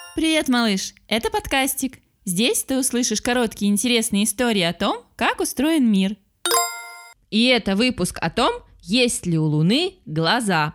Привет, малыш! Это подкастик. Здесь ты услышишь короткие интересные истории о том, как устроен мир. И это выпуск о том, есть ли у Луны глаза.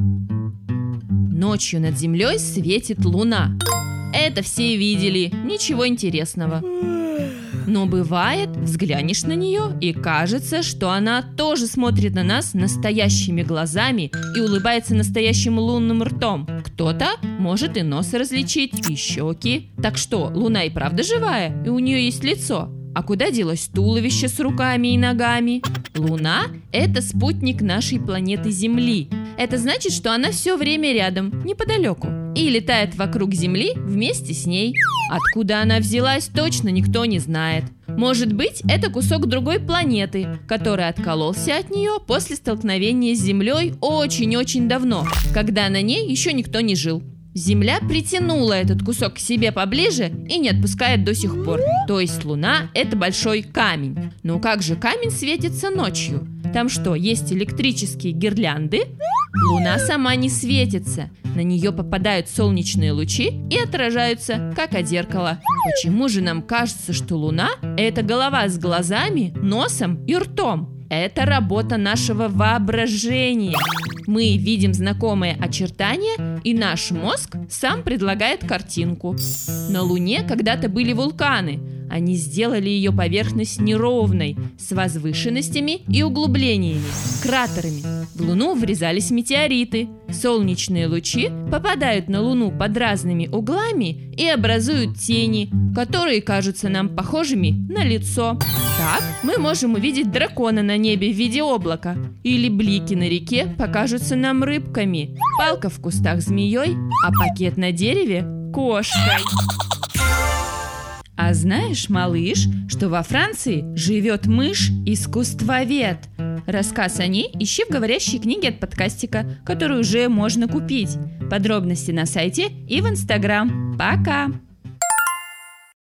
Ночью над Землей светит Луна. Это все видели, ничего интересного. Но бывает, взглянешь на нее и кажется, что она тоже смотрит на нас настоящими глазами и улыбается настоящим лунным ртом. Кто-то может и нос различить, и щеки. Так что, Луна и правда живая, и у нее есть лицо? А куда делось туловище с руками и ногами? Луна – это спутник нашей планеты Земли. Это значит, что она все время рядом, неподалеку, и летает вокруг Земли вместе с ней. Откуда она взялась, точно никто не знает. Может быть, это кусок другой планеты, который откололся от нее после столкновения с Землей очень-очень давно, когда на ней еще никто не жил. Земля притянула этот кусок к себе поближе и не отпускает до сих пор. То есть Луна – это большой камень. Но как же камень светится ночью? Там что, есть электрические гирлянды? Луна сама не светится. На нее попадают солнечные лучи и отражаются, как от зеркала. Почему же нам кажется, что Луна – это голова с глазами, носом и ртом? Это работа нашего воображения. Мы видим знакомые очертания, и наш мозг сам предлагает картинку. На Луне когда-то были вулканы. Они сделали ее поверхность неровной, с возвышенностями и углублениями, кратерами. В Луну врезались метеориты. Солнечные лучи попадают на Луну под разными углами и образуют тени, которые кажутся нам похожими на лицо. Так мы можем увидеть дракона на небе в виде облака, или блики на реке покажутся нам рыбками, палка в кустах змеей, а пакет на дереве кошкой. А знаешь, малыш, что во Франции живет мышь-искусствовед? Рассказ о ней ищи в говорящей книге от подкастика, которую уже можно купить. Подробности на сайте и в Инстаграм. Пока!